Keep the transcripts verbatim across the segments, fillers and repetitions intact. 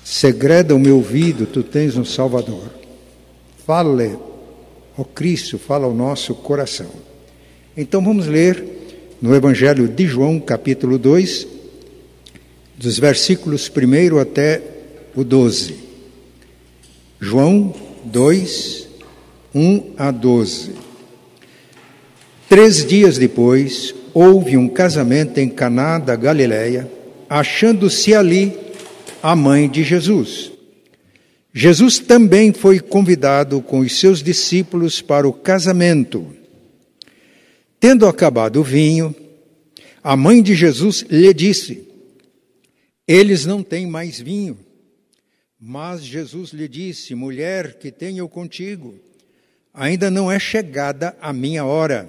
Segreda o meu ouvido, tu tens um Salvador. Fale, ó Cristo, fala ao nosso coração. Então vamos ler no Evangelho de João, capítulo dois, dos versículos primeiro até o doze. João dois, um a doze. Três dias depois, houve um casamento em Caná da Galileia, achando-se ali a mãe de Jesus. Jesus também foi convidado com os seus discípulos para o casamento. Tendo acabado o vinho, a mãe de Jesus lhe disse: eles não têm mais vinho. Mas Jesus lhe disse: mulher, que tenho eu contigo? Ainda não é chegada a minha hora.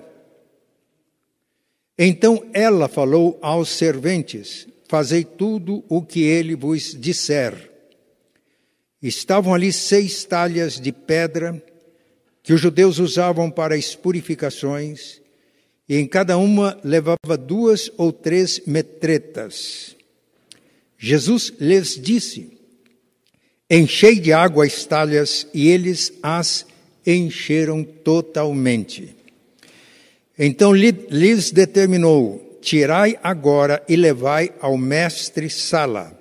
Então ela falou aos serventes: fazei tudo o que ele vos disser. Estavam ali seis talhas de pedra que os judeus usavam para as purificações, e em cada uma levava duas ou três metretas. Jesus lhes disse: enchei de água as talhas, e eles as encheram totalmente. Então lhes determinou: tirai agora e levai ao mestre Sala.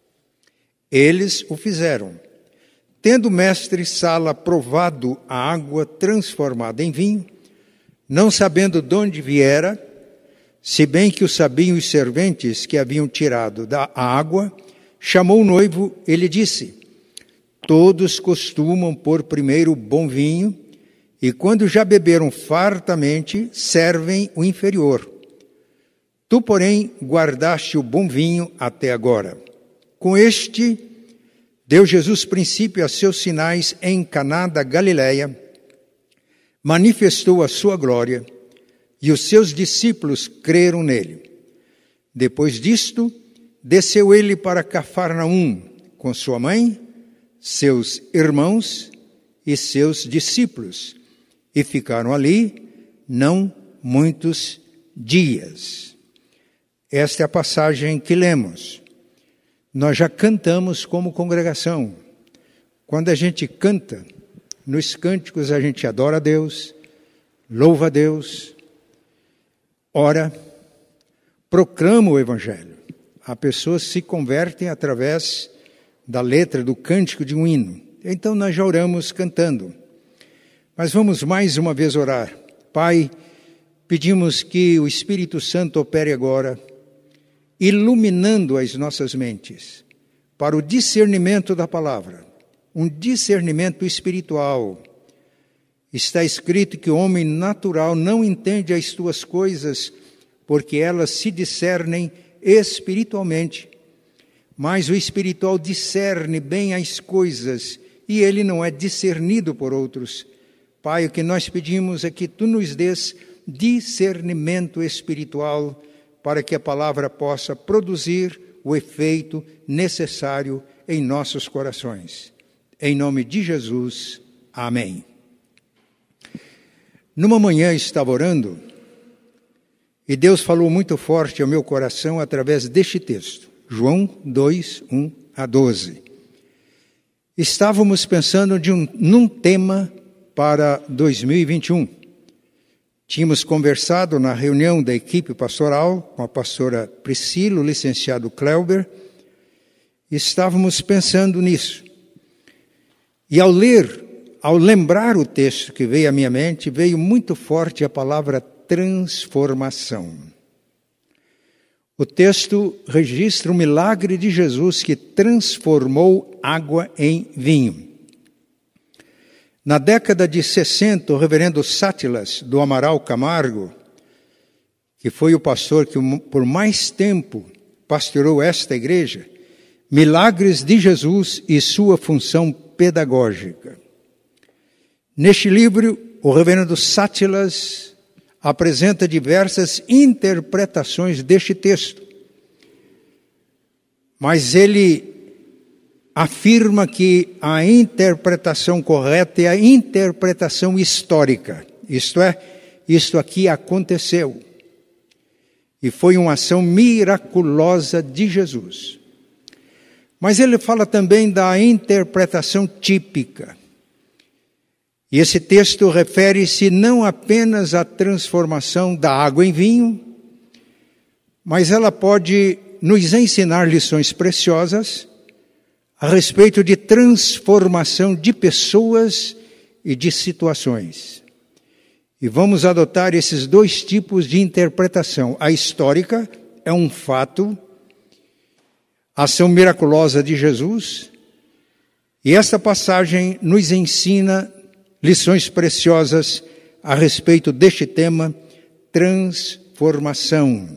Eles o fizeram. Tendo o mestre Sala provado a água transformada em vinho, não sabendo de onde viera, se bem que o sabiam os serventes que haviam tirado da água, chamou o noivo e lhe disse: todos costumam pôr primeiro o bom vinho, e quando já beberam fartamente, servem o inferior. Tu, porém, guardaste o bom vinho até agora. Com este, deu Jesus princípio a seus sinais em Caná da Galileia, manifestou a sua glória, e os seus discípulos creram nele. Depois disto, desceu ele para Cafarnaum, com sua mãe, seus irmãos e seus discípulos, e ficaram ali não muitos dias. Esta é a passagem que lemos. Nós já cantamos como congregação. Quando a gente canta, nos cânticos a gente adora a Deus, louva a Deus, ora, proclama o Evangelho. As pessoas se convertem através da letra do cântico de um hino. Então nós já oramos cantando. Mas vamos mais uma vez orar. Pai, pedimos que o Espírito Santo opere agora, iluminando as nossas mentes para o discernimento da palavra, um discernimento espiritual. Está escrito que o homem natural não entende as tuas coisas, porque elas se discernem espiritualmente. Mas o espiritual discerne bem as coisas, e ele não é discernido por outros. Pai, o que nós pedimos é que tu nos dês discernimento espiritual, para que a palavra possa produzir o efeito necessário em nossos corações. Em nome de Jesus, amém. Numa manhã estava orando, e Deus falou muito forte ao meu coração através deste texto, João dois, um a doze. Estávamos pensando de um, num tema para dois mil e vinte e um. Tínhamos conversado na reunião da equipe pastoral com a pastora Priscila, o licenciado Cleuber, e estávamos pensando nisso. E ao ler, ao lembrar o texto que veio à minha mente, veio muito forte a palavra transformação. O texto registra o milagre de Jesus que transformou água em vinho. Na década de sessenta, o reverendo Sátilas, do Amaral Camargo, que foi o pastor que por mais tempo pastoreou esta igreja, Milagres de Jesus e sua função pedagógica. Neste livro, o reverendo Sátilas apresenta diversas interpretações deste texto, mas ele afirma que a interpretação correta é a interpretação histórica. Isto é, isto aqui aconteceu. E foi uma ação miraculosa de Jesus. Mas ele fala também da interpretação típica. E esse texto refere-se não apenas à transformação da água em vinho, mas ela pode nos ensinar lições preciosas a respeito de transformação de pessoas e de situações. E vamos adotar esses dois tipos de interpretação. A histórica é um fato, a ação miraculosa de Jesus, e esta passagem nos ensina lições preciosas a respeito deste tema, transformação.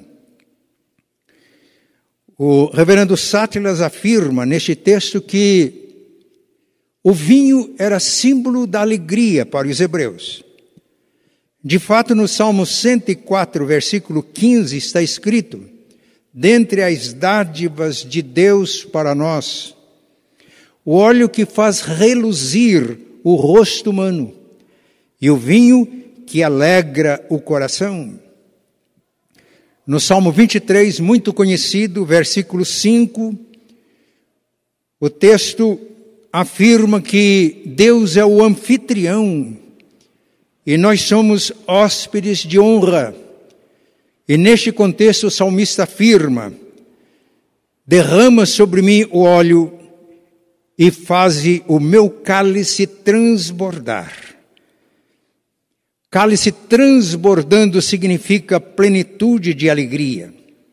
O reverendo Sátilas afirma neste texto que o vinho era símbolo da alegria para os hebreus. De fato, no Salmo cento e quatro, versículo quinze, está escrito: dentre as dádivas de Deus para nós, o óleo que faz reluzir o rosto humano e o vinho que alegra o coração. No Salmo vinte e três, muito conhecido, versículo cinco, o texto afirma que Deus é o anfitrião e nós somos hóspedes de honra. E neste contexto o salmista afirma: derrama sobre mim o óleo e faze o meu cálice transbordar. Cálice transbordando significa plenitude de alegria.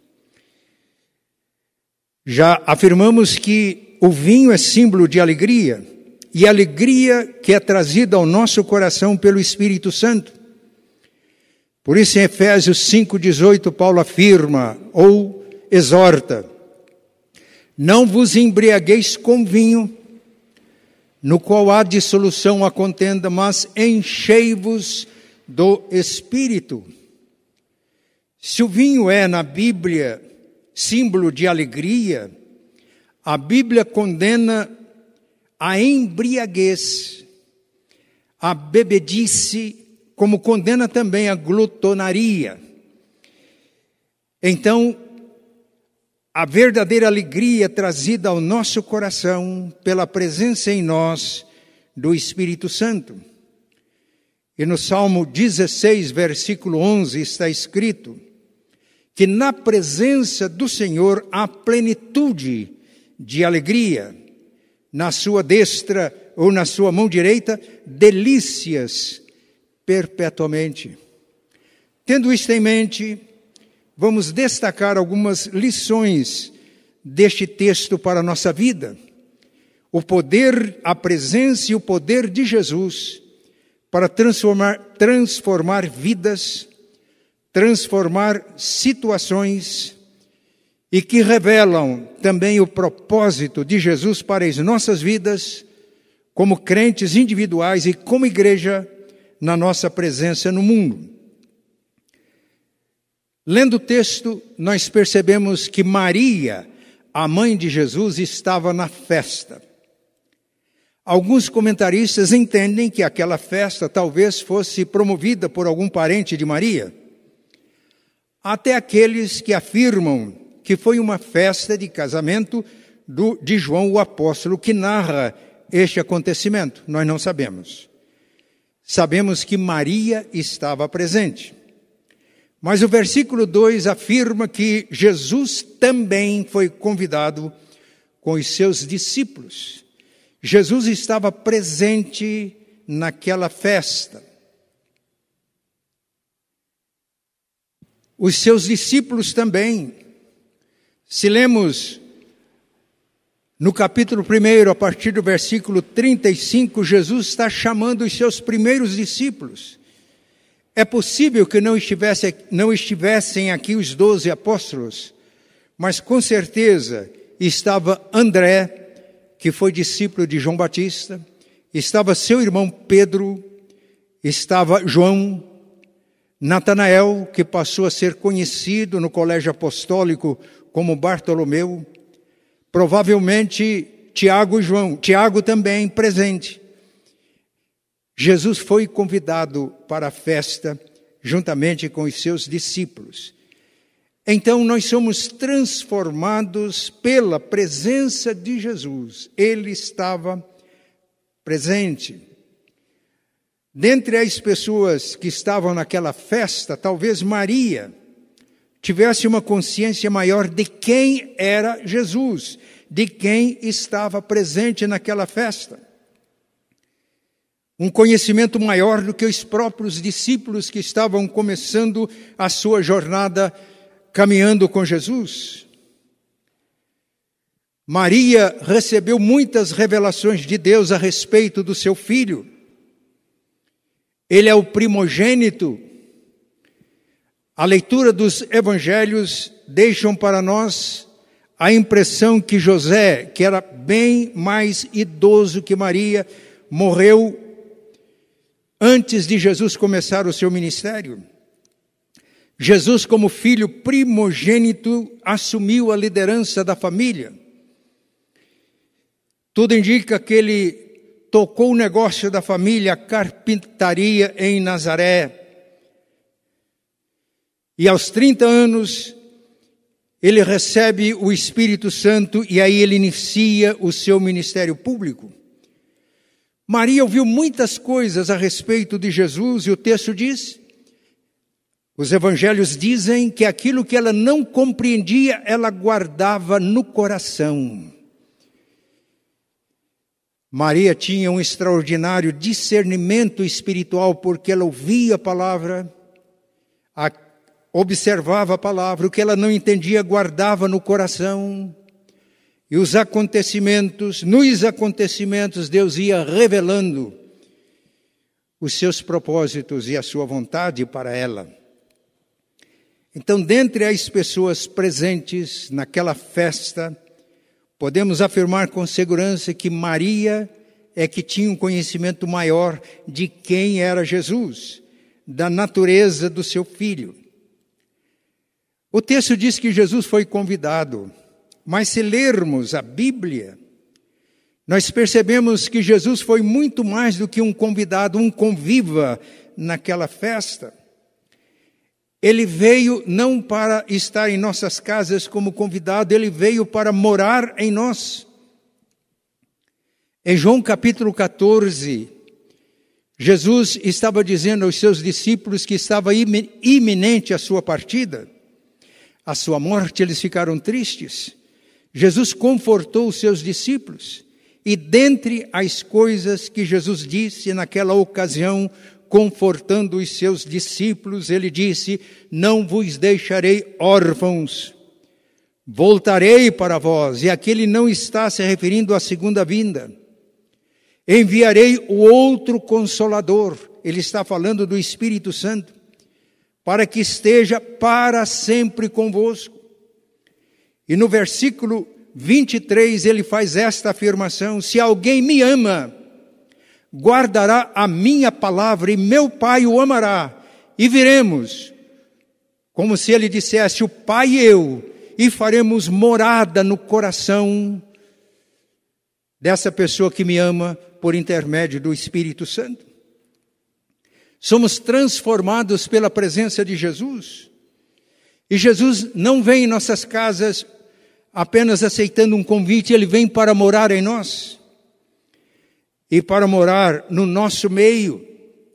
Já afirmamos que o vinho é símbolo de alegria, e alegria que é trazida ao nosso coração pelo Espírito Santo. Por isso, em Efésios cinco, dezoito, Paulo afirma, ou exorta: não vos embriagueis com vinho, no qual há dissolução, a contenda, mas enchei-vos do Espírito. Se o vinho é, na Bíblia, símbolo de alegria, a Bíblia condena a embriaguez, a bebedice, como condena também a glutonaria. Então, a verdadeira alegria trazida ao nosso coração pela presença em nós do Espírito Santo. E no Salmo dezesseis, versículo onze, está escrito que na presença do Senhor há plenitude de alegria. Na sua destra ou na sua mão direita, delícias perpetuamente. Tendo isto em mente, vamos destacar algumas lições deste texto para a nossa vida. O poder, a presença e o poder de Jesus para transformar, transformar vidas, transformar situações, e que revelam também o propósito de Jesus para as nossas vidas, como crentes individuais e como igreja, na nossa presença no mundo. Lendo o texto, nós percebemos que Maria, a mãe de Jesus, estava na festa. Alguns comentaristas entendem que aquela festa talvez fosse promovida por algum parente de Maria. Até aqueles que afirmam que foi uma festa de casamento do, de João o apóstolo, que narra este acontecimento. Nós não sabemos. Sabemos que Maria estava presente. Mas o versículo dois afirma que Jesus também foi convidado com os seus discípulos. Jesus estava presente naquela festa. Os seus discípulos também. Se lemos no capítulo primeiro, a partir do versículo trinta e cinco, Jesus está chamando os seus primeiros discípulos. É possível que não, estivesse, não estivessem aqui os doze apóstolos, mas com certeza estava André, que foi discípulo de João Batista, estava seu irmão Pedro, estava João, Natanael, que passou a ser conhecido no colégio apostólico como Bartolomeu, provavelmente Tiago e João, Tiago também presente. Jesus foi convidado para a festa juntamente com os seus discípulos. Então nós somos transformados pela presença de Jesus. Ele estava presente. Dentre as pessoas que estavam naquela festa, talvez Maria tivesse uma consciência maior de quem era Jesus, de quem estava presente naquela festa. Um conhecimento maior do que os próprios discípulos que estavam começando a sua jornada caminhando com Jesus. Maria recebeu muitas revelações de Deus a respeito do seu filho. Ele é o primogênito. A leitura dos evangelhos deixam para nós a impressão que José, que era bem mais idoso que Maria, morreu antes de Jesus começar o seu ministério. Jesus, como filho primogênito, assumiu a liderança da família. Tudo indica que ele tocou o negócio da família, a carpintaria em Nazaré. E aos trinta anos, ele recebe o Espírito Santo e aí ele inicia o seu ministério público. Maria ouviu muitas coisas a respeito de Jesus e o texto diz, os evangelhos dizem que aquilo que ela não compreendia, ela guardava no coração. Maria tinha um extraordinário discernimento espiritual porque ela ouvia a palavra, a, observava a palavra, o que ela não entendia guardava no coração. E os acontecimentos, nos acontecimentos, Deus ia revelando os seus propósitos e a sua vontade para ela. Então, dentre as pessoas presentes naquela festa, podemos afirmar com segurança que Maria é que tinha um conhecimento maior de quem era Jesus, da natureza do seu filho. O texto diz que Jesus foi convidado, mas se lermos a Bíblia, nós percebemos que Jesus foi muito mais do que um convidado, um conviva naquela festa. Ele veio não para estar em nossas casas como convidado, ele veio para morar em nós. Em João capítulo catorze, Jesus estava dizendo aos seus discípulos que estava iminente a sua partida, a sua morte. Eles ficaram tristes. Jesus confortou os seus discípulos e dentre as coisas que Jesus disse naquela ocasião, confortando os seus discípulos, ele disse, não vos deixarei órfãos, voltarei para vós. E aqui ele não está se referindo à segunda vinda. Enviarei o outro Consolador, ele está falando do Espírito Santo, para que esteja para sempre convosco. E no versículo vinte e três ele faz esta afirmação, se alguém me ama, guardará a minha palavra e meu Pai o amará, e viremos, como se ele dissesse, o Pai e eu, e faremos morada no coração dessa pessoa que me ama por intermédio do Espírito Santo. Somos transformados pela presença de Jesus, e Jesus não vem em nossas casas apenas aceitando um convite, ele vem para morar em nós. E para morar no nosso meio.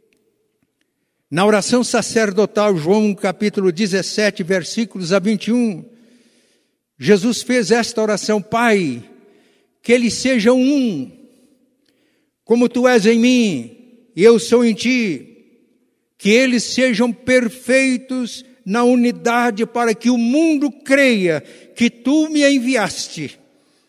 Na oração sacerdotal, João capítulo dezessete, versículos a vinte e um, Jesus fez esta oração, Pai, que eles sejam um, como Tu és em mim, e eu sou em Ti, que eles sejam perfeitos na unidade, para que o mundo creia que Tu me enviaste.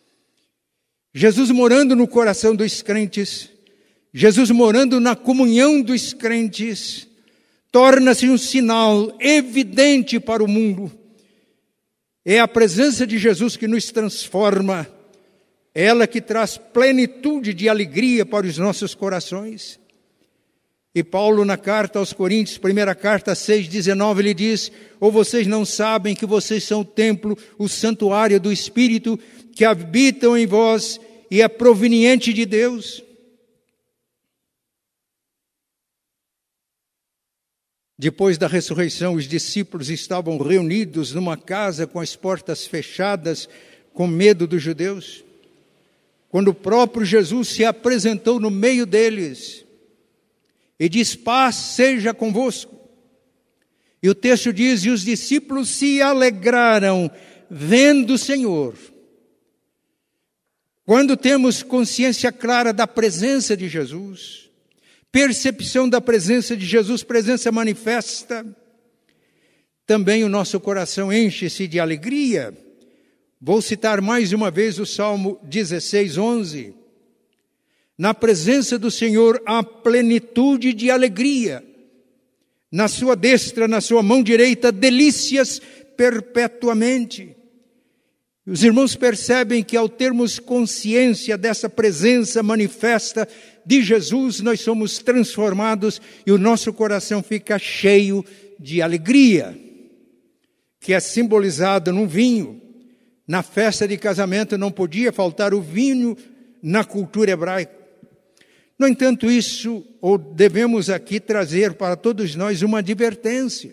Jesus morando no coração dos crentes, Jesus morando na comunhão dos crentes, torna-se um sinal evidente para o mundo. É a presença de Jesus que nos transforma, ela que traz plenitude de alegria para os nossos corações. E Paulo, na carta aos Coríntios, primeira carta seis, dezenove, ele diz, ou vocês não sabem que vocês são o templo, o santuário do Espírito, que habitam em vós e é proveniente de Deus. Depois da ressurreição, os discípulos estavam reunidos numa casa com as portas fechadas, com medo dos judeus. Quando o próprio Jesus se apresentou no meio deles e diz: paz seja convosco. E o texto diz: e os discípulos se alegraram vendo o Senhor. Quando temos consciência clara da presença de Jesus, percepção da presença de Jesus, presença manifesta, também o nosso coração enche-se de alegria. Vou citar mais uma vez o Salmo dezesseis, onze. Na presença do Senhor há plenitude de alegria. Na sua destra, na sua mão direita, delícias perpetuamente. Os irmãos percebem que ao termos consciência dessa presença manifesta de Jesus, nós somos transformados e o nosso coração fica cheio de alegria, que é simbolizado num vinho. Na festa de casamento não podia faltar o vinho na cultura hebraica. No entanto, isso, ou devemos aqui trazer para todos nós uma advertência.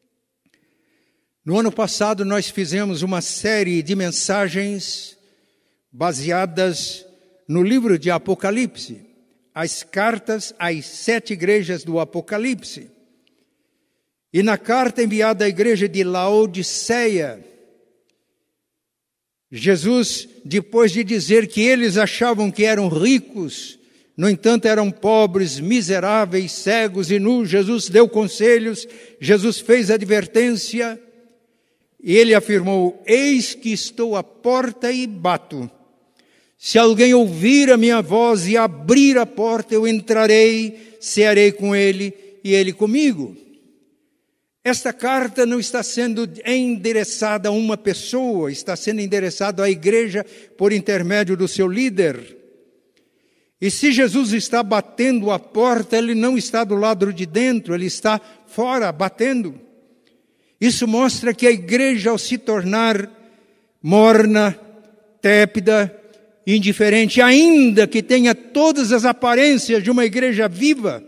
No ano passado nós fizemos uma série de mensagens baseadas no livro de Apocalipse, as cartas às sete igrejas do Apocalipse. E na carta enviada à igreja de Laodiceia, Jesus, depois de dizer que eles achavam que eram ricos, no entanto eram pobres, miseráveis, cegos e nus, Jesus deu conselhos, Jesus fez advertência, e ele afirmou: eis que estou à porta e bato. Se alguém ouvir a minha voz e abrir a porta, eu entrarei, cearei com ele e ele comigo. Esta carta não está sendo endereçada a uma pessoa, está sendo endereçada à igreja por intermédio do seu líder. E se Jesus está batendo a porta, ele não está do lado de dentro, ele está fora, batendo. Isso mostra que a igreja, ao se tornar morna, tépida, indiferente, ainda que tenha todas as aparências de uma igreja viva,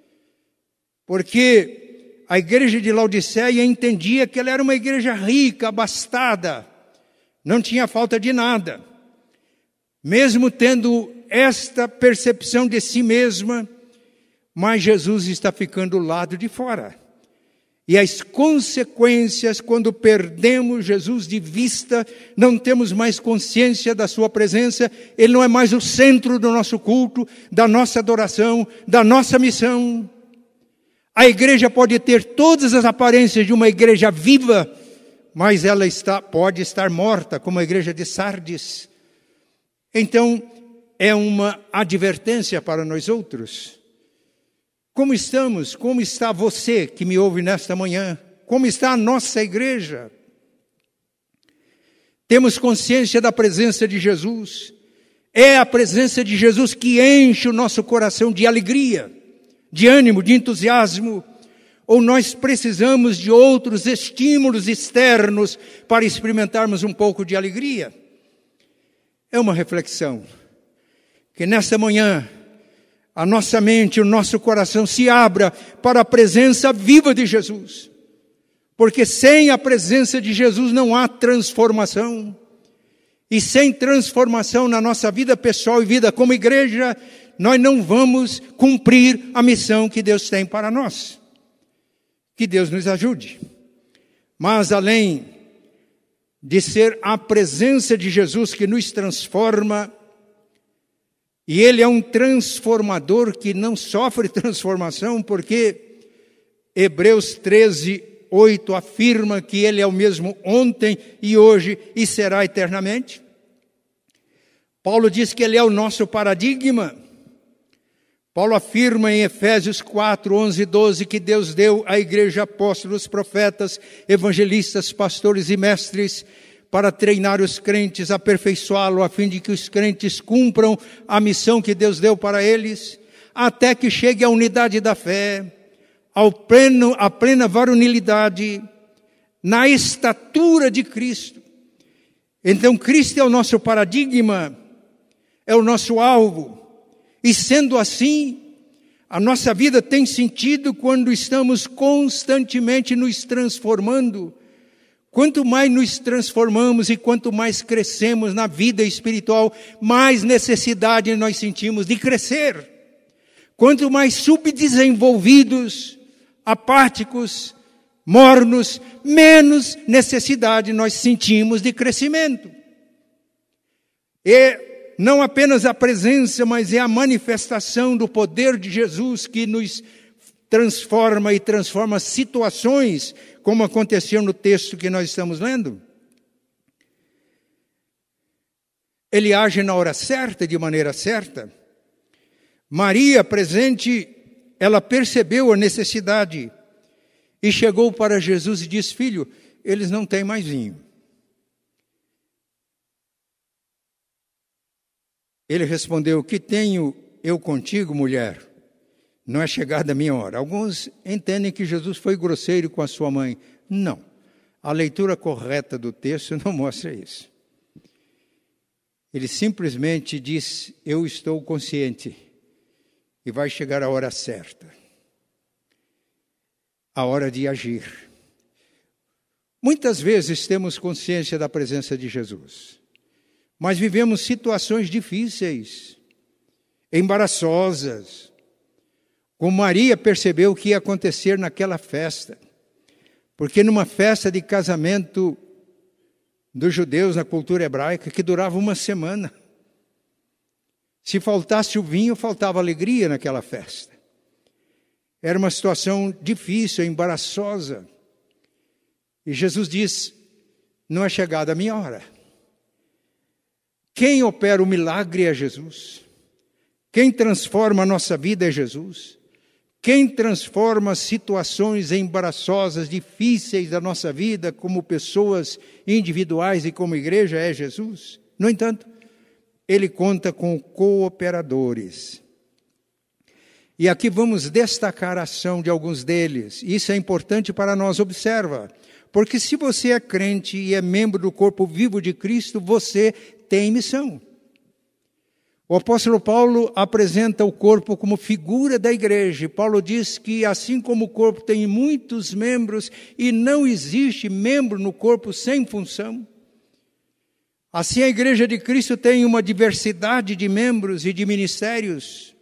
porque a igreja de Laodiceia entendia que ela era uma igreja rica, abastada, não tinha falta de nada. Mesmo tendo esta percepção de si mesma, mas Jesus está ficando do lado de fora. E as consequências, quando perdemos Jesus de vista, não temos mais consciência da sua presença, ele não é mais o centro do nosso culto, da nossa adoração, da nossa missão. A igreja pode ter todas as aparências de uma igreja viva, mas ela está, pode estar morta, como a igreja de Sardes. Então, é uma advertência para nós outros. Como estamos? Como está você que me ouve nesta manhã? Como está a nossa igreja? Temos consciência da presença de Jesus. É a presença de Jesus que enche o nosso coração de alegria, de ânimo, de entusiasmo. Ou nós precisamos de outros estímulos externos para experimentarmos um pouco de alegria? É uma reflexão. Que nesta manhã a nossa mente, o nosso coração se abra para a presença viva de Jesus. Porque sem a presença de Jesus não há transformação. E sem transformação na nossa vida pessoal e vida como igreja, nós não vamos cumprir a missão que Deus tem para nós. Que Deus nos ajude. Mas além de ser a presença de Jesus que nos transforma, e Ele é um transformador que não sofre transformação, porque Hebreus treze, oito afirma que Ele é o mesmo ontem e hoje e será eternamente. Paulo diz que Ele é o nosso paradigma. Paulo afirma em Efésios quatro, onze e doze que Deus deu à igreja apóstolos, profetas, evangelistas, pastores e mestres, para treinar os crentes, aperfeiçoá-lo, a fim de que os crentes cumpram a missão que Deus deu para eles, até que chegue à unidade da fé, ao pleno, à plena varonilidade, na estatura de Cristo. Então, Cristo é o nosso paradigma, é o nosso alvo. E sendo assim, A nossa vida tem sentido quando estamos constantemente nos transformando. Quanto mais nos transformamos e quanto mais crescemos na vida espiritual, mais necessidade nós sentimos de crescer. Quanto mais subdesenvolvidos, apáticos, mornos, menos necessidade nós sentimos de crescimento. E não apenas a presença, mas é a manifestação do poder de Jesus que nos transforma e transforma situações, como aconteceu no texto que nós estamos lendo. Ele age na hora certa, de maneira certa. Maria, presente, ela percebeu a necessidade e chegou para Jesus e disse: filho, eles não têm mais vinho. Ele respondeu: que tenho eu contigo, mulher? Não é chegada a minha hora. Alguns entendem que Jesus foi grosseiro com a sua mãe. Não. A leitura correta do texto não mostra isso. Ele simplesmente diz: eu estou consciente e vai chegar a hora certa. A hora de agir. Muitas vezes temos consciência da presença de Jesus, mas vivemos situações difíceis, embaraçosas. Como Maria percebeu o que ia acontecer naquela festa. Porque numa festa de casamento dos judeus na cultura hebraica, que durava uma semana, se faltasse o vinho, faltava alegria naquela festa. Era uma situação difícil, embaraçosa. E Jesus diz: não é chegada a minha hora. Quem opera o milagre é Jesus. Quem transforma a nossa vida é Jesus. Quem transforma situações embaraçosas, difíceis da nossa vida, como pessoas individuais e como igreja, é Jesus. No entanto, Ele conta com cooperadores. E aqui vamos destacar a ação de alguns deles. Isso é importante para nós, observa. Porque se você é crente e é membro do corpo vivo de Cristo, você tem missão. O apóstolo Paulo apresenta o corpo como figura da igreja. Paulo diz que assim como o corpo tem muitos membros e não existe membro no corpo sem função, assim a igreja de Cristo tem uma diversidade de membros e de ministérios.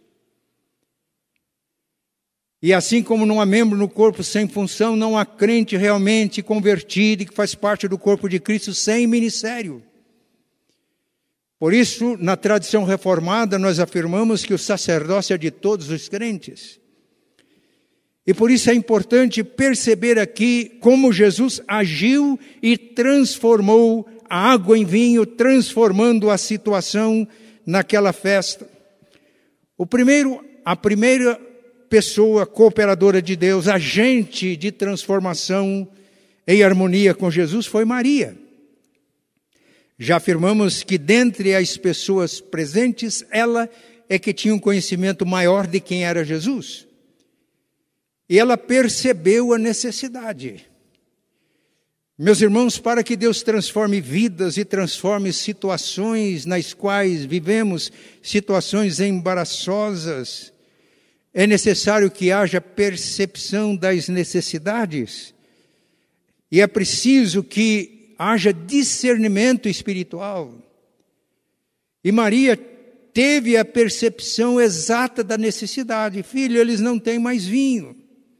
E assim como não há membro no corpo sem função, não há crente realmente convertido e que faz parte do corpo de Cristo sem ministério. Por isso, na tradição reformada, nós afirmamos que o sacerdócio é de todos os crentes. E por isso é importante perceber aqui como Jesus agiu e transformou a água em vinho, transformando a situação naquela festa. O primeiro, a primeira pessoa cooperadora de Deus, agente de transformação em harmonia com Jesus, foi Maria. Já afirmamos que dentre as pessoas presentes, ela é que tinha um conhecimento maior de quem era Jesus. E ela percebeu a necessidade. Meus irmãos, para que Deus transforme vidas e transforme situações nas quais vivemos, situações embaraçosas, é necessário que haja percepção das necessidades. E é preciso que haja discernimento espiritual. E Maria teve a percepção exata da necessidade. Filho, eles não têm mais vinho.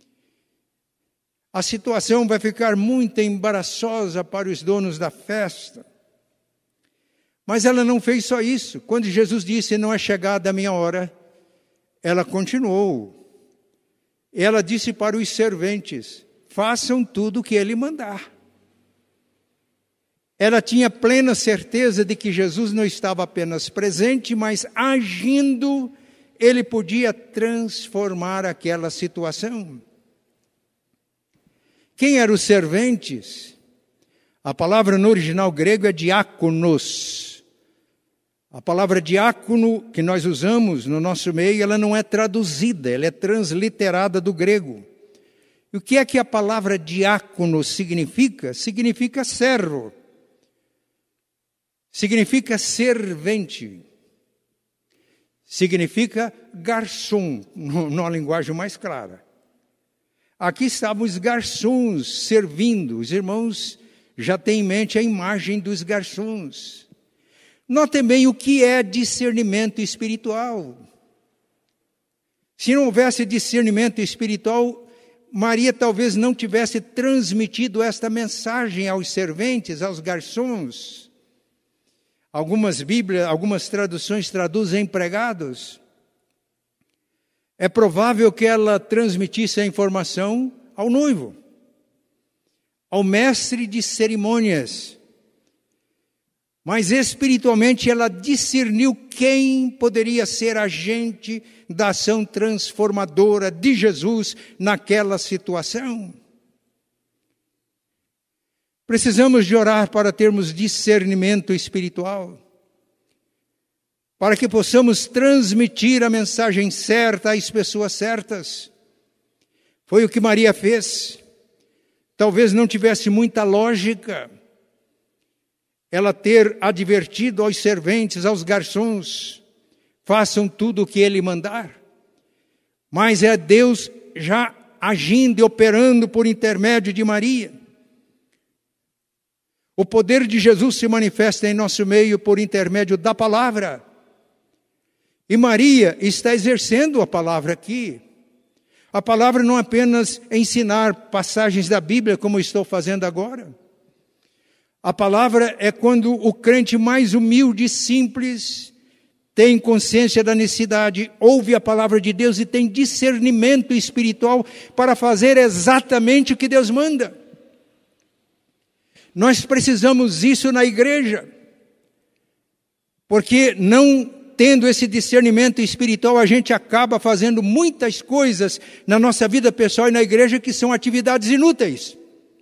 A situação vai ficar muito embaraçosa para os donos da festa. Mas ela não fez só isso. Quando Jesus disse: não é chegada a minha hora, ela continuou. Ela disse para os serventes: façam tudo o que ele mandar. Ela tinha plena certeza de que Jesus não estava apenas presente, mas agindo, ele podia transformar aquela situação. Quem eram os serventes? A palavra no original grego é diáconos. A palavra diácono que nós usamos no nosso meio, ela não é traduzida, ela é transliterada do grego. E o que é que a palavra diácono significa? Significa servo. Significa servente. significa garçom, numa linguagem mais clara. Aqui estavam os garçons servindo. Os irmãos já têm em mente a imagem dos garçons. Notem bem o que é discernimento espiritual. Se não houvesse discernimento espiritual, Maria talvez não tivesse transmitido esta mensagem aos serventes, aos garçons. Algumas Bíblias, algumas traduções traduzem empregados. É provável que ela transmitisse a informação ao noivo, ao mestre de cerimônias. Mas espiritualmente ela discerniu quem poderia ser agente da ação transformadora de Jesus naquela situação. Precisamos de orar para termos discernimento espiritual, para que possamos transmitir a mensagem certa às pessoas certas. Foi o que Maria fez. Talvez não tivesse muita lógica ela ter advertido aos serventes, aos garçons, façam tudo o que ele mandar. Mas é Deus já agindo e operando por intermédio de Maria. O poder de Jesus se manifesta em nosso meio por intermédio da palavra. E Maria está exercendo a palavra aqui. A palavra não apenas ensinar passagens da Bíblia, como estou fazendo agora. A palavra é quando o crente mais humilde e simples tem consciência da necessidade, ouve a palavra de Deus e tem discernimento espiritual para fazer exatamente o que Deus manda. Nós precisamos isso na igreja, porque não tendo esse discernimento espiritual, a gente acaba fazendo muitas coisas na nossa vida pessoal e na igreja que são atividades inúteis.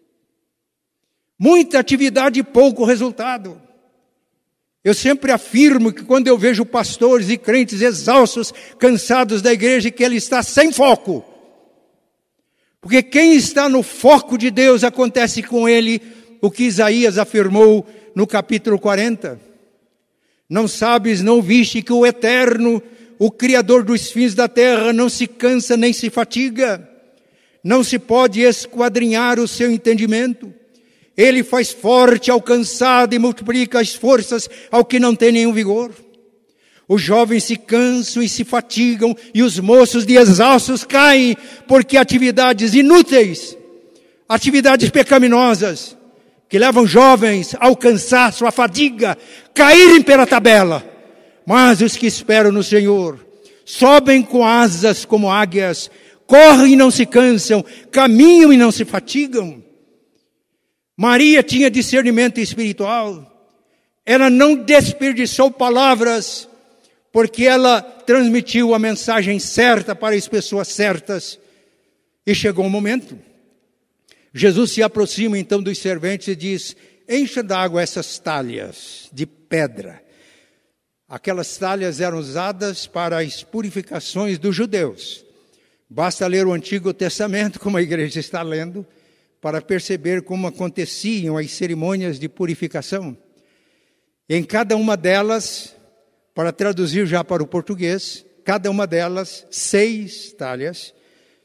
Muita atividade e pouco resultado. Eu sempre afirmo que quando eu vejo pastores e crentes exaustos, cansados da igreja, que ele está sem foco. Porque quem está no foco de Deus, acontece com ele o que Isaías afirmou no capítulo quarenta. Não sabes, não viste que o Eterno, o Criador dos fins da terra, não se cansa nem se fatiga. Não se pode esquadrinhar o seu entendimento. Ele faz forte ao cansado e multiplica as forças ao que não tem nenhum vigor. Os jovens se cansam e se fatigam, e os moços de exaustos caem, porque atividades inúteis, atividades pecaminosas, que levam jovens ao cansaço, à fadiga, caírem pela tabela. Mas os que esperam no Senhor, sobem com asas como águias, correm e não se cansam, caminham e não se fatigam. Maria tinha discernimento espiritual. Ela não desperdiçou palavras, porque ela transmitiu a mensagem certa para as pessoas certas. E chegou um momento. Jesus se aproxima então dos serventes e diz: encha d'água essas talhas de pedra. Aquelas talhas eram usadas para as purificações dos judeus. Basta ler o Antigo Testamento, como a igreja está lendo, para perceber como aconteciam as cerimônias de purificação. Em cada uma delas, para traduzir já para o português, cada uma delas, seis talhas,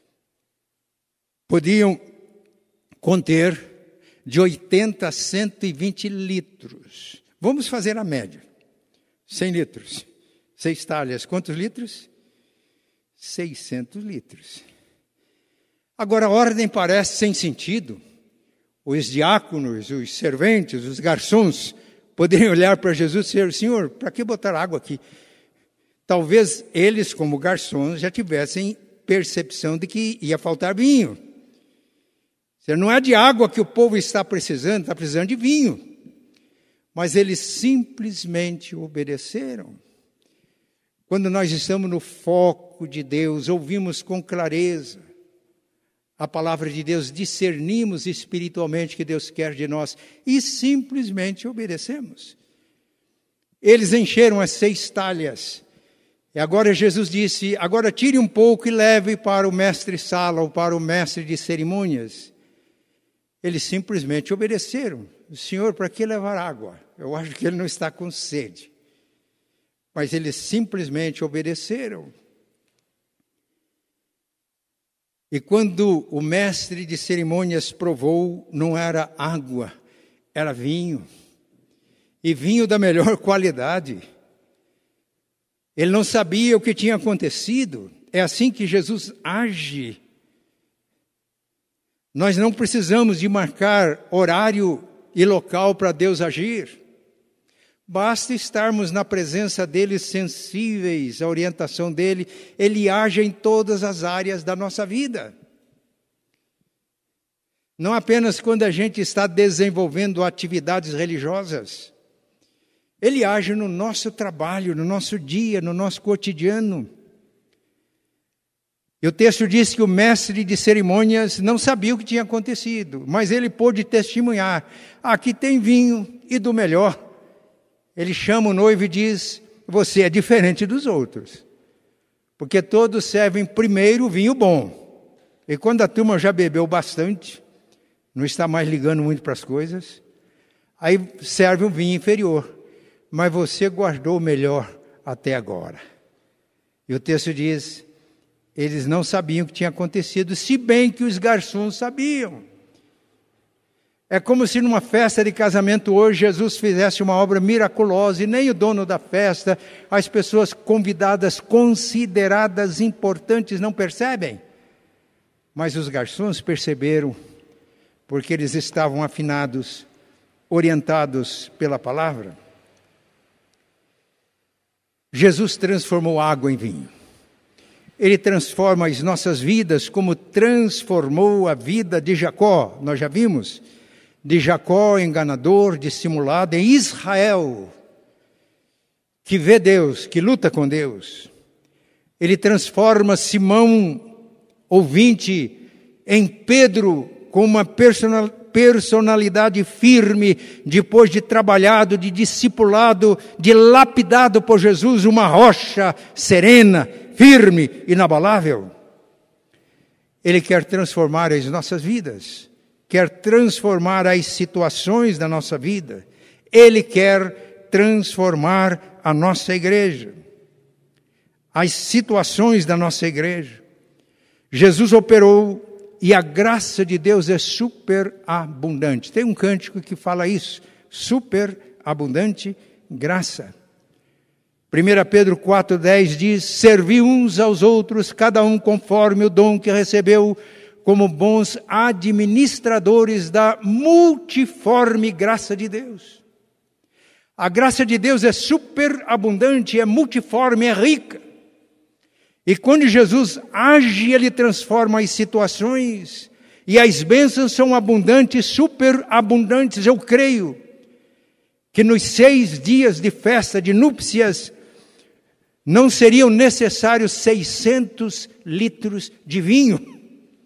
podiam conter de oitenta a cento e vinte litros. Vamos fazer a média. cem litros. Seis talhas, quantos litros? seiscentos litros. Agora, a ordem parece sem sentido. Os diáconos, os serventes, os garçons poderiam olhar para Jesus e dizer: Senhor, para que botar água aqui? Talvez eles, como garçons, já tivessem percepção de que ia faltar vinho. Não é de água que o povo está precisando, está precisando de vinho. Mas eles simplesmente obedeceram. Quando nós estamos no foco de Deus, ouvimos com clareza a palavra de Deus, discernimos espiritualmente o que Deus quer de nós e simplesmente obedecemos. Eles encheram as seis talhas. E agora Jesus disse: agora tire um pouco e leve para o mestre-sala ou para o mestre de cerimônias. Eles simplesmente obedeceram. Senhor, para que levar água? Eu acho que ele não está com sede. mas eles simplesmente obedeceram. E quando o mestre de cerimônias provou, não era água, era vinho. E vinho da melhor qualidade. Ele não sabia o que tinha acontecido. É assim que Jesus age. Nós não precisamos de marcar horário e local para Deus agir. Basta estarmos na presença dele, sensíveis à orientação dele. Ele age em todas as áreas da nossa vida. Não apenas quando a gente está desenvolvendo atividades religiosas. Ele age no nosso trabalho, no nosso dia, no nosso cotidiano. E o texto diz que o mestre de cerimônias não sabia o que tinha acontecido, mas ele pôde testemunhar. Aqui tem vinho e do melhor. Ele chama o noivo e diz, você é diferente dos outros. Porque todos servem primeiro o vinho bom. E quando a turma já bebeu bastante, não está mais ligando muito para as coisas, aí serve um vinho inferior. Mas você guardou o melhor até agora. E o texto diz, eles não sabiam o que tinha acontecido, se bem que os garçons sabiam. É como se numa festa de casamento hoje Jesus fizesse uma obra miraculosa e nem o dono da festa, as pessoas convidadas, consideradas importantes, não percebem. Mas os garçons perceberam, porque eles estavam afinados, orientados pela palavra. Jesus transformou água em vinho. Ele transforma as nossas vidas como transformou a vida de Jacó. Nós já vimos, de Jacó enganador, dissimulado, em Israel, que vê Deus, que luta com Deus. Ele transforma Simão, ouvinte, em Pedro, com uma personalidade, personalidade firme, depois de trabalhado, de discipulado, de lapidado por Jesus, uma rocha serena, firme, inabalável. Ele quer transformar as nossas vidas, quer transformar as situações da nossa vida. Ele quer transformar a nossa igreja, as situações da nossa igreja. Jesus operou e a graça de Deus é superabundante. Tem um cântico que fala isso, superabundante graça. primeira Pedro quatro, dez diz, servi uns aos outros, cada um conforme o dom que recebeu, como bons administradores da multiforme graça de Deus. A graça de Deus é superabundante, é multiforme, é rica. E quando Jesus age, ele transforma as situações, e as bênçãos são abundantes, superabundantes. Eu creio que nos seis dias de festa de núpcias, não seriam necessários seiscentos litros de vinho.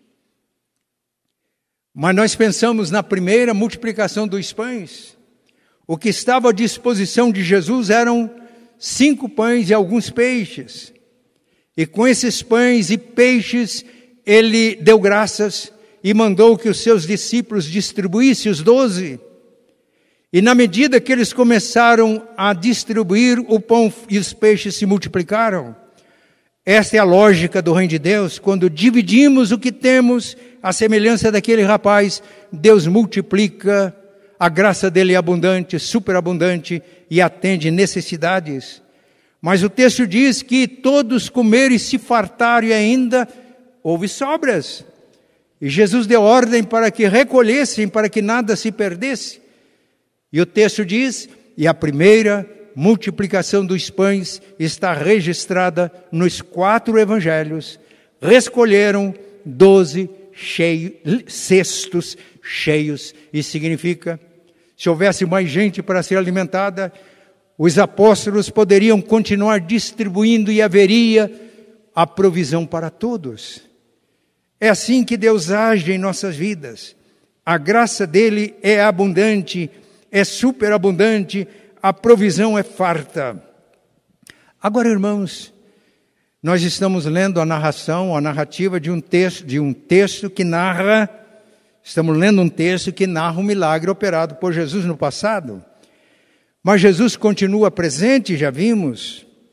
Mas nós pensamos na primeira multiplicação dos pães. O que estava à disposição de Jesus eram cinco pães e alguns peixes. E com esses pães e peixes, ele deu graças e mandou que os seus discípulos distribuíssem os doze. E na medida que eles começaram a distribuir, o pão e os peixes se multiplicaram. Esta é a lógica do reino de Deus. Quando dividimos o que temos, a semelhança daquele rapaz, Deus multiplica, a graça dele é abundante, superabundante e atende necessidades. Mas o texto diz que todos comeram e se fartaram e ainda houve sobras. E Jesus deu ordem para que recolhessem, para que nada se perdesse. E o texto diz, e a primeira multiplicação dos pães está registrada nos quatro evangelhos. Recolheram doze cheio, cestos cheios. Isso significa, se houvesse mais gente para ser alimentada, os apóstolos poderiam continuar distribuindo e haveria a provisão para todos. É assim que Deus age em nossas vidas. A graça dele é abundante, é superabundante, a provisão é farta. Agora, irmãos, nós estamos lendo a narração, a narrativa de um texto, de um texto que narra, estamos lendo um texto que narra um milagre operado por Jesus no passado. Mas Jesus continua presente, já vimos,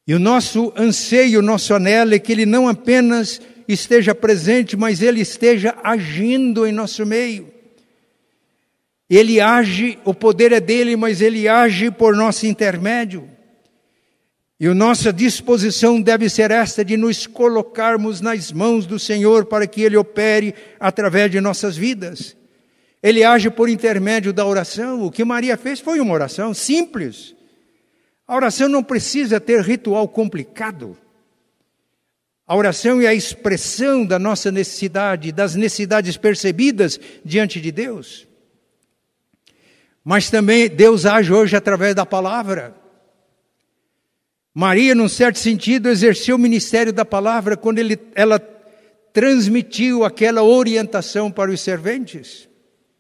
E o nosso anseio, o nosso anelo é que Ele não apenas esteja presente, mas Ele esteja agindo em nosso meio. Ele age, o poder é dele, mas Ele age por nosso intermédio. E a nossa disposição deve ser esta de nos colocarmos nas mãos do Senhor para que Ele opere através de nossas vidas. Ele age por intermédio da oração. O que Maria fez foi uma oração simples. A oração não precisa ter ritual complicado. A oração é a expressão da nossa necessidade, das necessidades percebidas diante de Deus. Mas também Deus age hoje através da palavra. Maria, num certo sentido, exerceu o ministério da palavra quando ele, ela transmitiu aquela orientação para os serventes.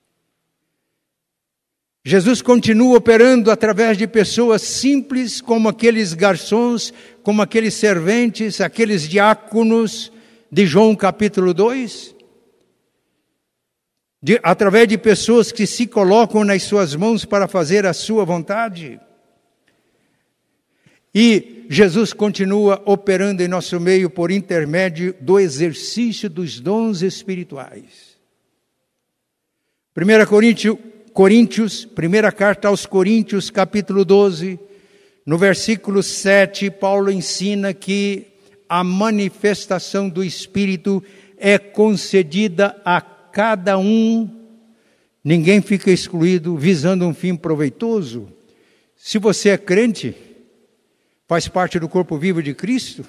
Jesus continua operando através de pessoas simples, como aqueles garçons, como aqueles serventes, aqueles diáconos de João capítulo dois. De, através de pessoas que se colocam nas suas mãos para fazer a sua vontade. E Jesus continua operando em nosso meio por intermédio do exercício dos dons espirituais. primeira Coríntios, Coríntios, primeira carta aos Coríntios, capítulo doze, no versículo sete, Paulo ensina que a manifestação do Espírito é concedida a cada um, ninguém fica excluído, visando um fim proveitoso. Se você é crente, faz parte do corpo vivo de Cristo,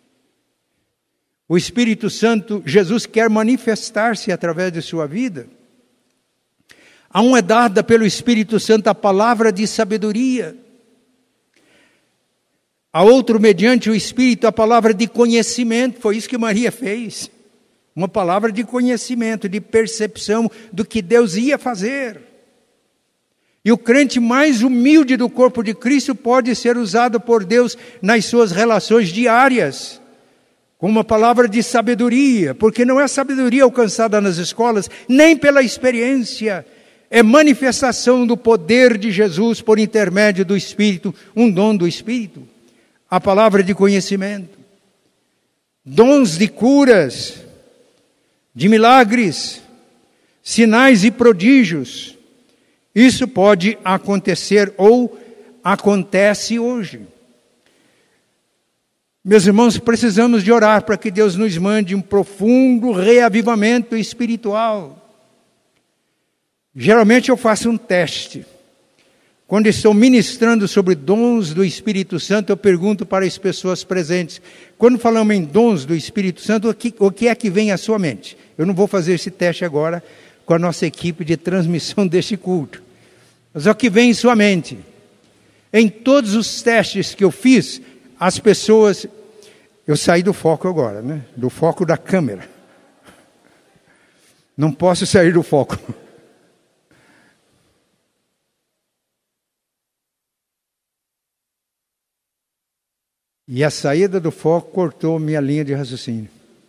o Espírito Santo, Jesus quer manifestar-se através de sua vida. A um é dada pelo Espírito Santo a palavra de sabedoria. A outro, mediante o Espírito, a palavra de conhecimento. Foi isso que Maria fez. Uma palavra de conhecimento, de percepção do que Deus ia fazer. E o crente mais humilde do corpo de Cristo pode ser usado por Deus nas suas relações diárias, com uma palavra de sabedoria, porque não é sabedoria alcançada nas escolas, nem pela experiência, é manifestação do poder de Jesus por intermédio do Espírito, um dom do Espírito, a palavra de conhecimento, dons de curas, de milagres, sinais e prodígios. Isso pode acontecer ou acontece hoje. Meus irmãos, precisamos de orar para que Deus nos mande um profundo reavivamento espiritual. Geralmente eu faço um teste. Quando estou ministrando sobre dons do Espírito Santo, eu pergunto para as pessoas presentes, quando falamos em dons do Espírito Santo, o que, o que é que vem à sua mente? Eu não vou fazer esse teste agora com a nossa equipe de transmissão deste culto. Mas é o que vem em sua mente. Em todos os testes que eu fiz, as pessoas... Eu saí do foco agora, né? Do foco da câmera. Não posso sair do foco. E a saída do foco cortou minha linha de raciocínio.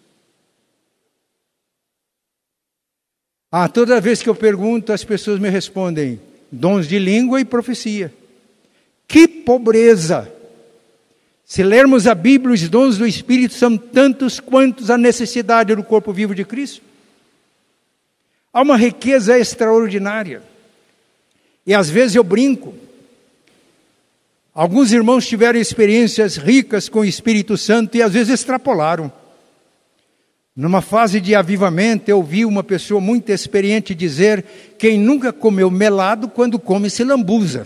Ah, toda vez que eu pergunto, as pessoas me respondem, dons de língua e profecia. Que pobreza! Se lermos a Bíblia, os dons do Espírito são tantos quantos a necessidade do corpo vivo de Cristo. Há uma riqueza extraordinária. E às vezes eu brinco. Alguns irmãos tiveram experiências ricas com o Espírito Santo e às vezes extrapolaram. Numa fase de avivamento, eu ouvi uma pessoa muito experiente dizer: quem nunca comeu melado, quando come se lambuza.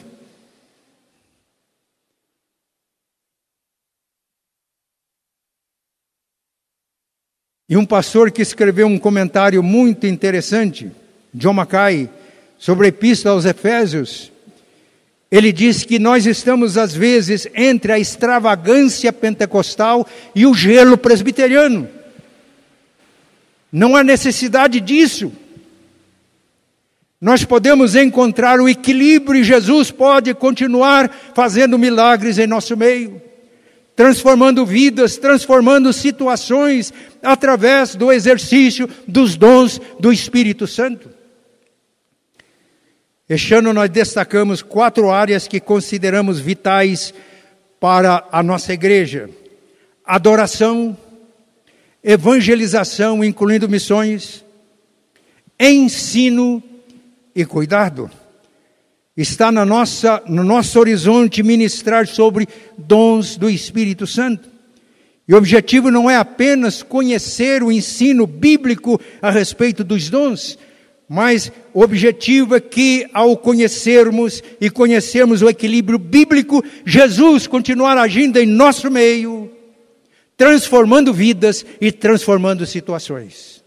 E um pastor que escreveu um comentário muito interessante, John Mackay, sobre a Epístola aos Efésios, ele diz que nós estamos às vezes entre a extravagância pentecostal e o gelo presbiteriano. Não há necessidade disso. Nós podemos encontrar o equilíbrio e Jesus pode continuar fazendo milagres em nosso meio, transformando vidas, transformando situações através do exercício dos dons do Espírito Santo. Este ano nós destacamos quatro áreas que consideramos vitais para a nossa igreja: adoração, evangelização, incluindo missões, ensino e cuidado. Está na nossa, no nosso horizonte ministrar sobre dons do Espírito Santo. E o objetivo não é apenas conhecer o ensino bíblico a respeito dos dons, mas o objetivo é que, ao conhecermos e conhecermos o equilíbrio bíblico, Jesus continuar agindo em nosso meio, transformando vidas e transformando situações.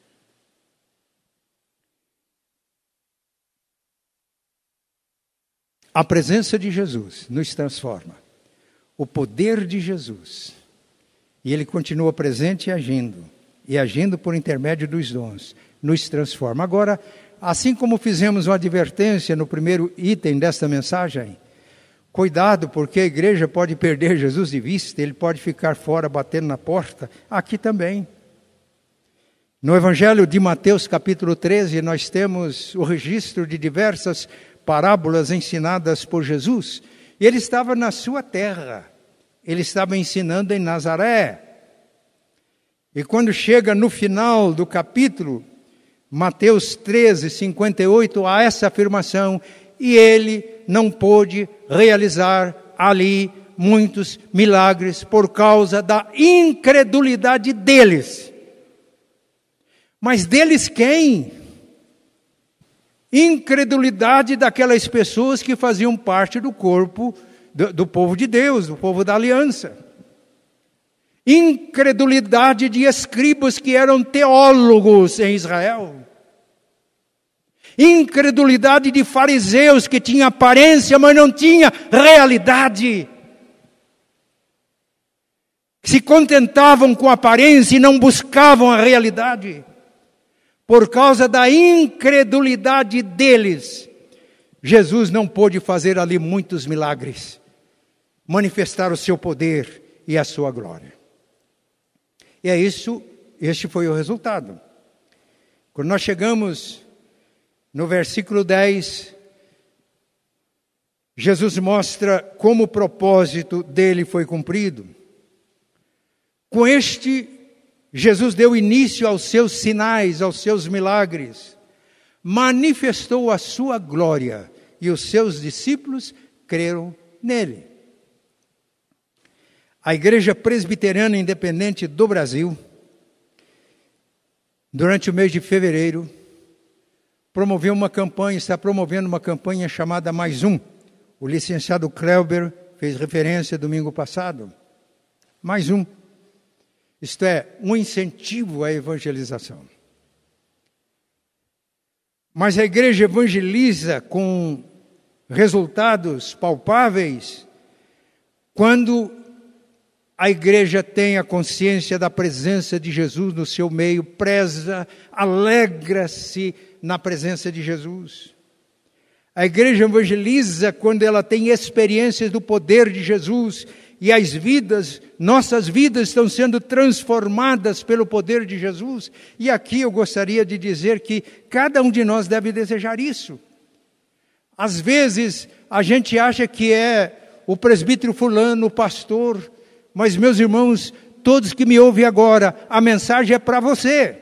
A presença de Jesus nos transforma. O poder de Jesus. E Ele continua presente e agindo. E agindo por intermédio dos dons. Nos transforma. Agora, assim como fizemos uma advertência no primeiro item desta mensagem, cuidado, porque a igreja pode perder Jesus de vista, ele pode ficar fora batendo na porta, aqui também. No Evangelho de Mateus, capítulo treze, nós temos o registro de diversas parábolas ensinadas por Jesus. E ele estava na sua terra, ele estava ensinando em Nazaré. E quando chega no final do capítulo, Mateus treze, cinquenta e oito, há essa afirmação: e ele não pôde realizar ali muitos milagres por causa da incredulidade deles. Mas deles quem? Incredulidade daquelas pessoas que faziam parte do corpo do, do povo de Deus, do povo da aliança. Incredulidade de escribas que eram teólogos em Israel. Incredulidade de fariseus que tinham aparência, mas não tinha realidade. Se contentavam com a aparência e não buscavam a realidade. Por causa da incredulidade deles, Jesus não pôde fazer ali muitos milagres, manifestar o seu poder e a sua glória. E é isso, este foi o resultado. Quando nós chegamos no versículo dez, Jesus mostra como o propósito dele foi cumprido. Com este, Jesus deu início aos seus sinais, aos seus milagres, manifestou a sua glória e os seus discípulos creram nele. A Igreja Presbiteriana Independente do Brasil, durante o mês de fevereiro, promoveu uma campanha, está promovendo uma campanha chamada Mais Um. O licenciado Kleuber fez referência domingo passado. Mais um. Isto é, um incentivo à evangelização. Mas a igreja evangeliza com resultados palpáveis quando a igreja tem a consciência da presença de Jesus no seu meio, preza, alegra-se na presença de Jesus. A igreja evangeliza quando ela tem experiências do poder de Jesus e as vidas, nossas vidas estão sendo transformadas pelo poder de Jesus. E aqui eu gostaria de dizer que cada um de nós deve desejar isso. Às vezes a gente acha que é o presbítero fulano, o pastor, mas meus irmãos, todos que me ouvem agora, a mensagem é para você.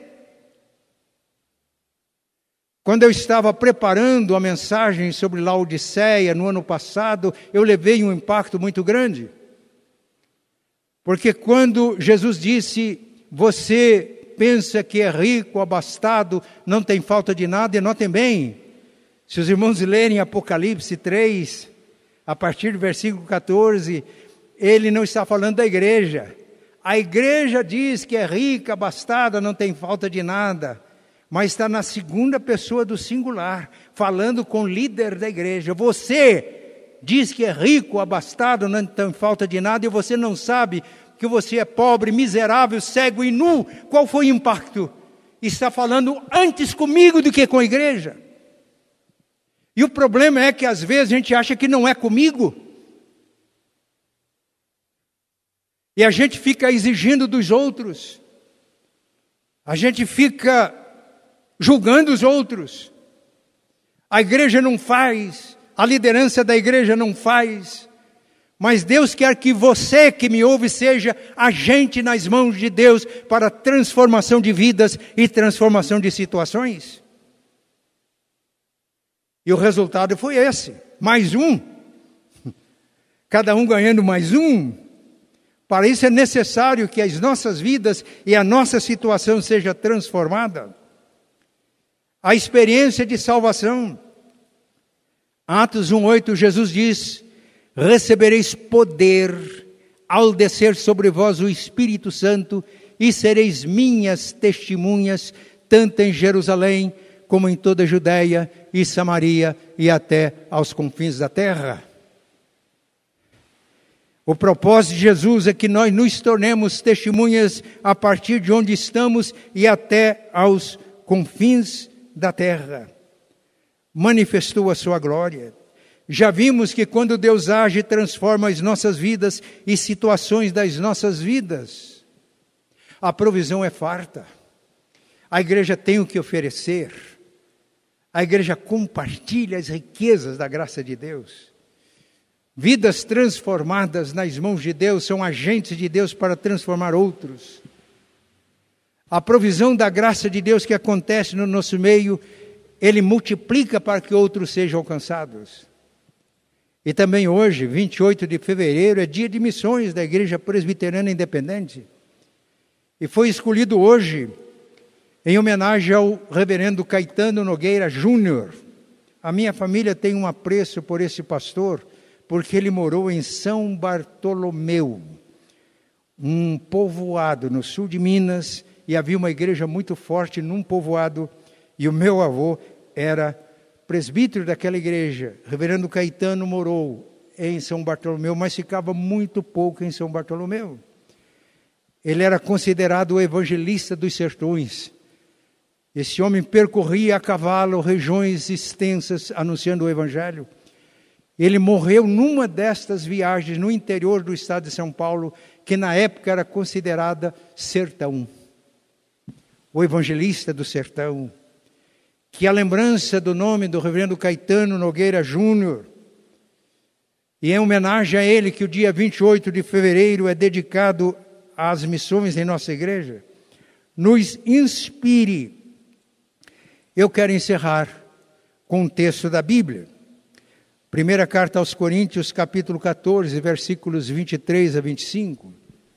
Quando eu estava preparando a mensagem sobre Laodiceia no ano passado, eu levei um impacto muito grande. Porque quando Jesus disse, você pensa que é rico, abastado, não tem falta de nada, e notem bem, se os irmãos lerem Apocalipse três, a partir do versículo catorze, ele não está falando da igreja. A igreja diz que é rica, abastada, não tem falta de nada, mas está na segunda pessoa do singular, falando com o líder da igreja. Você diz que é rico, abastado, não tem falta de nada, e você não sabe que você é pobre, miserável, cego e nu. Qual foi o impacto? Está falando antes comigo do que com a igreja. E o problema é que às vezes a gente acha que não é comigo. E a gente fica exigindo dos outros. A gente fica julgando os outros. A igreja não faz, a liderança da igreja não faz. Mas Deus quer que você que me ouve seja agente nas mãos de Deus para transformação de vidas e transformação de situações. E o resultado foi esse, mais um. Cada um ganhando mais um. Para isso é necessário que as nossas vidas e a nossa situação seja transformada. A experiência de salvação. Atos um, oito, Jesus diz: recebereis poder ao descer sobre vós o Espírito Santo e sereis minhas testemunhas, tanto em Jerusalém como em toda a Judeia e Samaria e até aos confins da terra. O propósito de Jesus é que nós nos tornemos testemunhas a partir de onde estamos e até aos confins da terra. Manifestou a sua glória. Já vimos que quando Deus age, transforma as nossas vidas e situações das nossas vidas. A provisão é farta. A igreja tem o que oferecer. A igreja compartilha as riquezas da graça de Deus. Vidas transformadas nas mãos de Deus são agentes de Deus para transformar outros. A provisão da graça de Deus que acontece no nosso meio, Ele multiplica para que outros sejam alcançados. E também hoje, vinte e oito de fevereiro, é dia de missões da Igreja Presbiteriana Independente. E foi escolhido hoje, em homenagem ao reverendo Caetano Nogueira Júnior. A minha família tem um apreço por esse pastor, porque ele morou em São Bartolomeu, um povoado no sul de Minas, e havia uma igreja muito forte num povoado, e o meu avô era presbítero daquela igreja. Reverendo Caetano morou em São Bartolomeu, mas ficava muito pouco em São Bartolomeu. Ele era considerado o evangelista dos sertões. Esse homem percorria a cavalo regiões extensas anunciando o evangelho. Ele morreu numa destas viagens no interior do estado de São Paulo, que na época era considerada sertão. O evangelista do sertão. Que a lembrança do nome do reverendo Caetano Nogueira Júnior, e em homenagem a ele que o dia vinte e oito de fevereiro é dedicado às missões em nossa igreja, nos inspire. Eu quero encerrar com um texto da Bíblia. Primeira carta aos Coríntios, capítulo catorze, versículos vinte e três a vinte e cinco.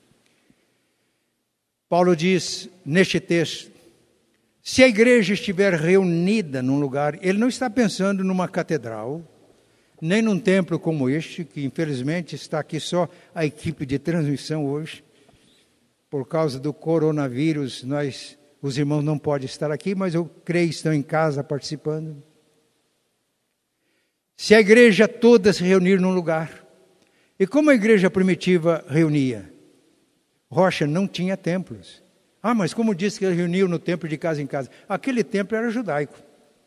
Paulo diz neste texto: se a igreja estiver reunida num lugar, ele não está pensando numa catedral, nem num templo como este, que infelizmente está aqui só a equipe de transmissão hoje. Por causa do coronavírus, nós, os irmãos não podem estar aqui, mas eu creio que estão em casa participando. Se a igreja toda se reunir num lugar, e como a igreja primitiva reunia? Rocha não tinha templos. Ah, mas como disse que ele reuniu no templo de casa em casa? Aquele templo era judaico.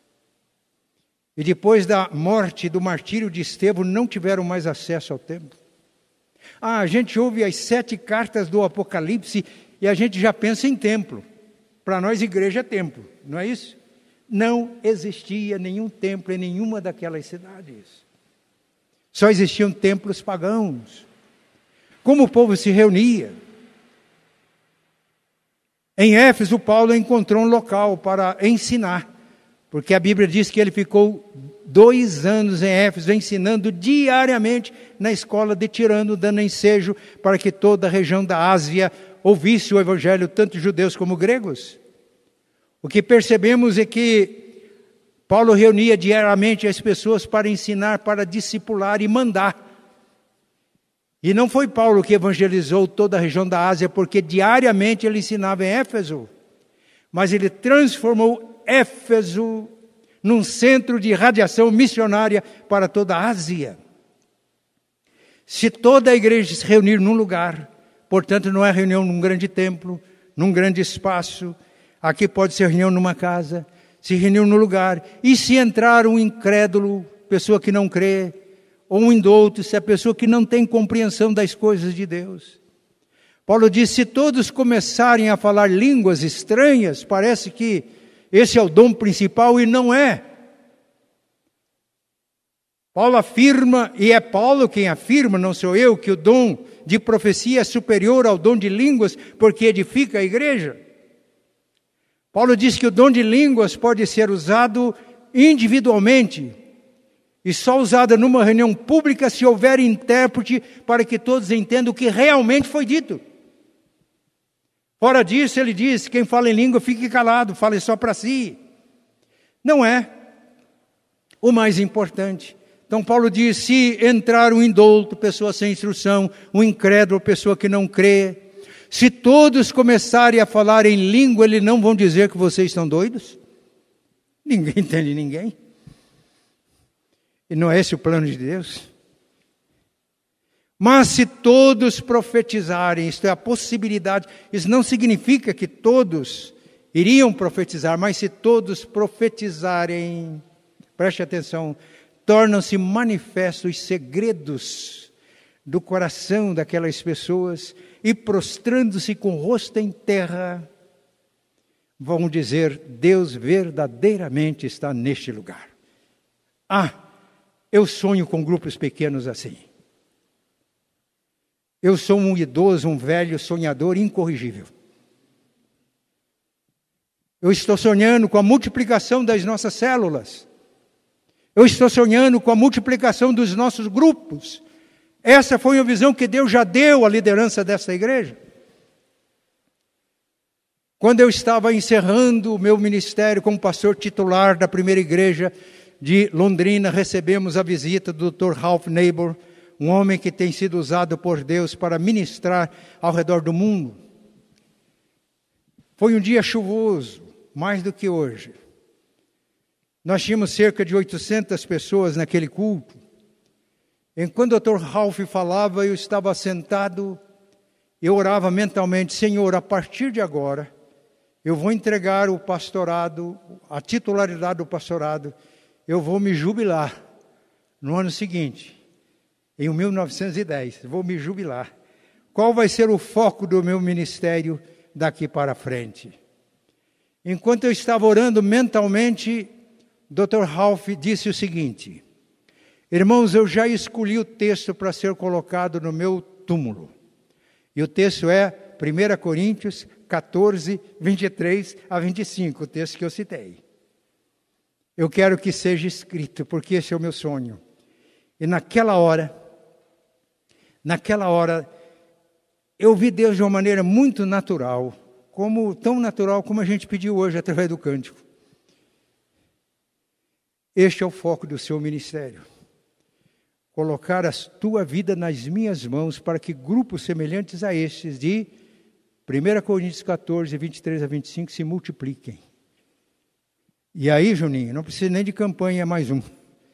E depois da morte e do martírio de Estevão, não tiveram mais acesso ao templo. Ah, a gente ouve as sete cartas do Apocalipse e a gente já pensa em templo. Para nós, igreja é templo, não é isso? Não existia nenhum templo em nenhuma daquelas cidades. Só existiam templos pagãos. Como o povo se reunia? Em Éfeso, Paulo encontrou um local para ensinar, porque a Bíblia diz que ele ficou dois anos em Éfeso, ensinando diariamente na escola de Tirano, dando ensejo para que toda a região da Ásia ouvisse o evangelho, tanto judeus como gregos. O que percebemos é que Paulo reunia diariamente as pessoas para ensinar, para discipular e mandar. E não foi Paulo que evangelizou toda a região da Ásia, porque diariamente ele ensinava em Éfeso. Mas ele transformou Éfeso num centro de radiação missionária para toda a Ásia. Se toda a igreja se reunir num lugar, portanto não é reunião num grande templo, num grande espaço, aqui pode ser reunião numa casa, se reuniu no lugar, e se entrar um incrédulo, pessoa que não crê, ou um indouto, se é a pessoa que não tem compreensão das coisas de Deus. Paulo diz, se todos começarem a falar línguas estranhas, parece que esse é o dom principal e não é. Paulo afirma, e é Paulo quem afirma, não sou eu, que o dom de profecia é superior ao dom de línguas, porque edifica a igreja. Paulo diz que o dom de línguas pode ser usado individualmente, e só usado numa reunião pública se houver intérprete para que todos entendam o que realmente foi dito. Fora disso, ele diz, quem fala em língua fique calado, fale só para si. Não é o mais importante. Então Paulo diz, se entrar um indulto, pessoa sem instrução, um incrédulo, pessoa que não crê, se todos começarem a falar em língua, eles não vão dizer que vocês estão doidos? Ninguém entende ninguém. E não é esse o plano de Deus? Mas se todos profetizarem, isto é a possibilidade, isso não significa que todos iriam profetizar, mas se todos profetizarem, preste atenção, tornam-se manifestos os segredos do coração daquelas pessoas e prostrando-se com o rosto em terra, vão dizer, Deus verdadeiramente está neste lugar. Ah, eu sonho com grupos pequenos assim. Eu sou um idoso, um velho sonhador incorrigível. Eu estou sonhando com a multiplicação das nossas células. Eu estou sonhando com a multiplicação dos nossos grupos. Essa foi uma visão que Deus já deu à liderança dessa igreja. Quando eu estava encerrando o meu ministério como pastor titular da primeira igreja de Londrina, recebemos a visita do doutor Ralph Neighbor, um homem que tem sido usado por Deus para ministrar ao redor do mundo. Foi um dia chuvoso, mais do que hoje. Nós tínhamos cerca de oitocentas pessoas naquele culto. Enquanto o doutor Ralph falava, eu estava sentado, eu orava mentalmente, Senhor, a partir de agora, eu vou entregar o pastorado, a titularidade do pastorado, eu vou me jubilar no ano seguinte, em mil novecentos e dez, vou me jubilar. Qual vai ser o foco do meu ministério daqui para frente? Enquanto eu estava orando mentalmente, doutor Ralph disse o seguinte, irmãos, eu já escolhi o texto para ser colocado no meu túmulo. E o texto é primeira Coríntios quatorze, vinte e três a vinte e cinco, o texto que eu citei. Eu quero que seja escrito, porque esse é o meu sonho. E naquela hora, naquela hora, eu vi Deus de uma maneira muito natural, como, tão natural como a gente pediu hoje através do cântico. Este é o foco do seu ministério. Colocar a tua vida nas minhas mãos para que grupos semelhantes a estes de primeira Coríntios quatorze, vinte e três a vinte e cinco se multipliquem. E aí, Juninho, não precisa nem de campanha, mais um.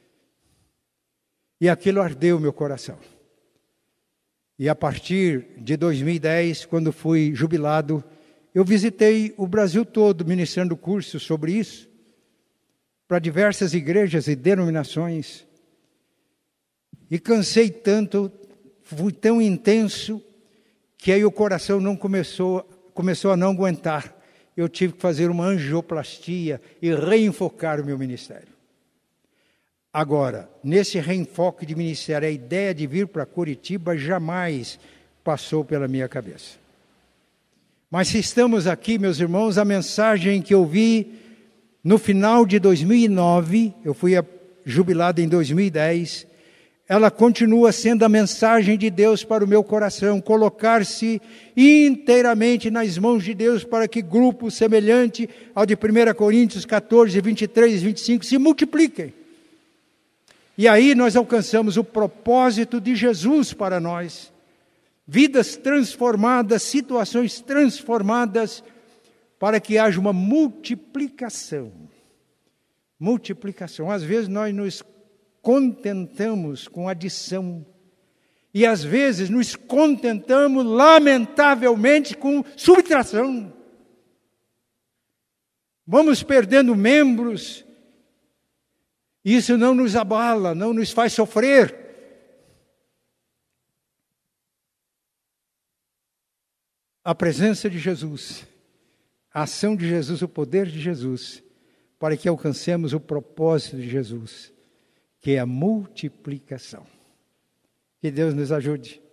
E aquilo ardeu meu coração. E a partir de dois mil e dez, quando fui jubilado, eu visitei o Brasil todo ministrando cursos sobre isso, para diversas igrejas e denominações. E cansei tanto, fui tão intenso, que aí o coração não começou, começou a não aguentar. Eu tive que fazer uma angioplastia e reenfocar o meu ministério. Agora, nesse reenfoque de ministério, a ideia de vir para Curitiba jamais passou pela minha cabeça. Mas se estamos aqui, meus irmãos, a mensagem que eu vi no final de dois mil e nove, eu fui jubilado em dois mil e dez, ela continua sendo a mensagem de Deus para o meu coração, colocar-se inteiramente nas mãos de Deus para que grupos semelhante ao de primeira Coríntios quatorze, vinte e três, vinte e cinco se multipliquem. E aí nós alcançamos o propósito de Jesus para nós. Vidas transformadas, situações transformadas, para que haja uma multiplicação. Multiplicação. Às vezes nós nos contentamos com adição. E às vezes nos contentamos, lamentavelmente, com subtração. Vamos perdendo membros. Isso não nos abala, não nos faz sofrer. A presença de Jesus, a ação de Jesus, o poder de Jesus, para que alcancemos o propósito de Jesus, que é a multiplicação. Que Deus nos ajude